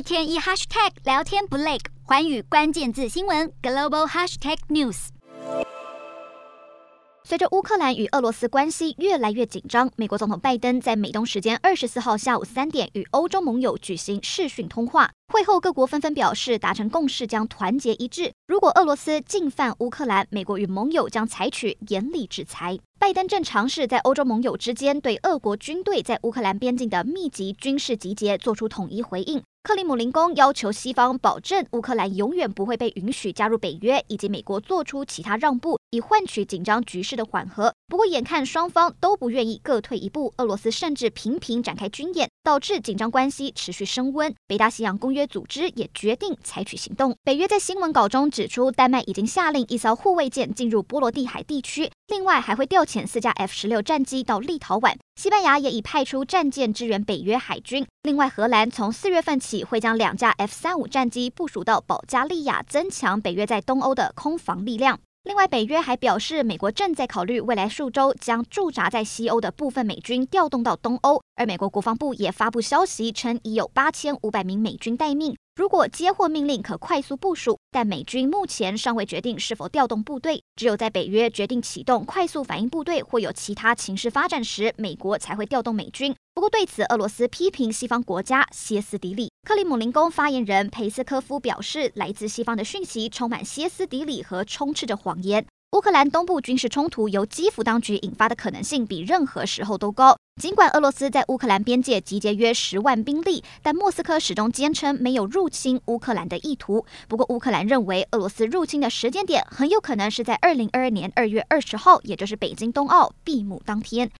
天一 hashtag 聊天不累，寰宇关键字新闻 global hashtag news。随着乌克兰与俄罗斯关系越来越紧张，美国总统拜登在美东时间24号下午3点与欧洲盟友举行视讯通话。会后，各国纷纷表示达成共识，将团结一致。如果俄罗斯进犯乌克兰，美国与盟友将采取严厉制裁。拜登正尝试在欧洲盟友之间对俄国军队在乌克兰边境的密集军事集结做出统一回应。克里姆林宫要求西方保证乌克兰永远不会被允许加入北约，以及美国做出其他让步，以换取紧张局势的缓和。不过，眼看双方都不愿意各退一步，俄罗斯甚至频频展开军演，导致紧张关系持续升温。北大西洋公约组织也决定采取行动。北约在新闻稿中指出，丹麦已经下令一艘护卫舰进入波罗的海地区，另外还会调遣4架 F-16战机到立陶宛。西班牙也已派出战舰支援北约海军。另外，荷兰从4月份起会将2架 F-35战机部署到保加利亚，增强北约在东欧的空防力量。另外，北约还表示，美国正在考虑未来数周将驻扎在西欧的部分美军调动到东欧，而美国国防部也发布消息称，已有8500名美军待命。如果接获命令，可快速部署，但美军目前尚未决定是否调动部队。只有在北约决定启动快速反应部队或有其他情势发展时，美国才会调动美军。不过对此，俄罗斯批评西方国家歇斯底里。克里姆林宫发言人佩斯科夫表示，来自西方的讯息充满歇斯底里和充斥着谎言。乌克兰东部军事冲突由基辅当局引发的可能性比任何时候都高。尽管俄罗斯在乌克兰边界集结约10万兵力，但莫斯科始终坚称没有入侵乌克兰的意图。不过乌克兰认为，俄罗斯入侵的时间点很有可能是在2022年2月20号，也就是北京冬奥闭幕当天。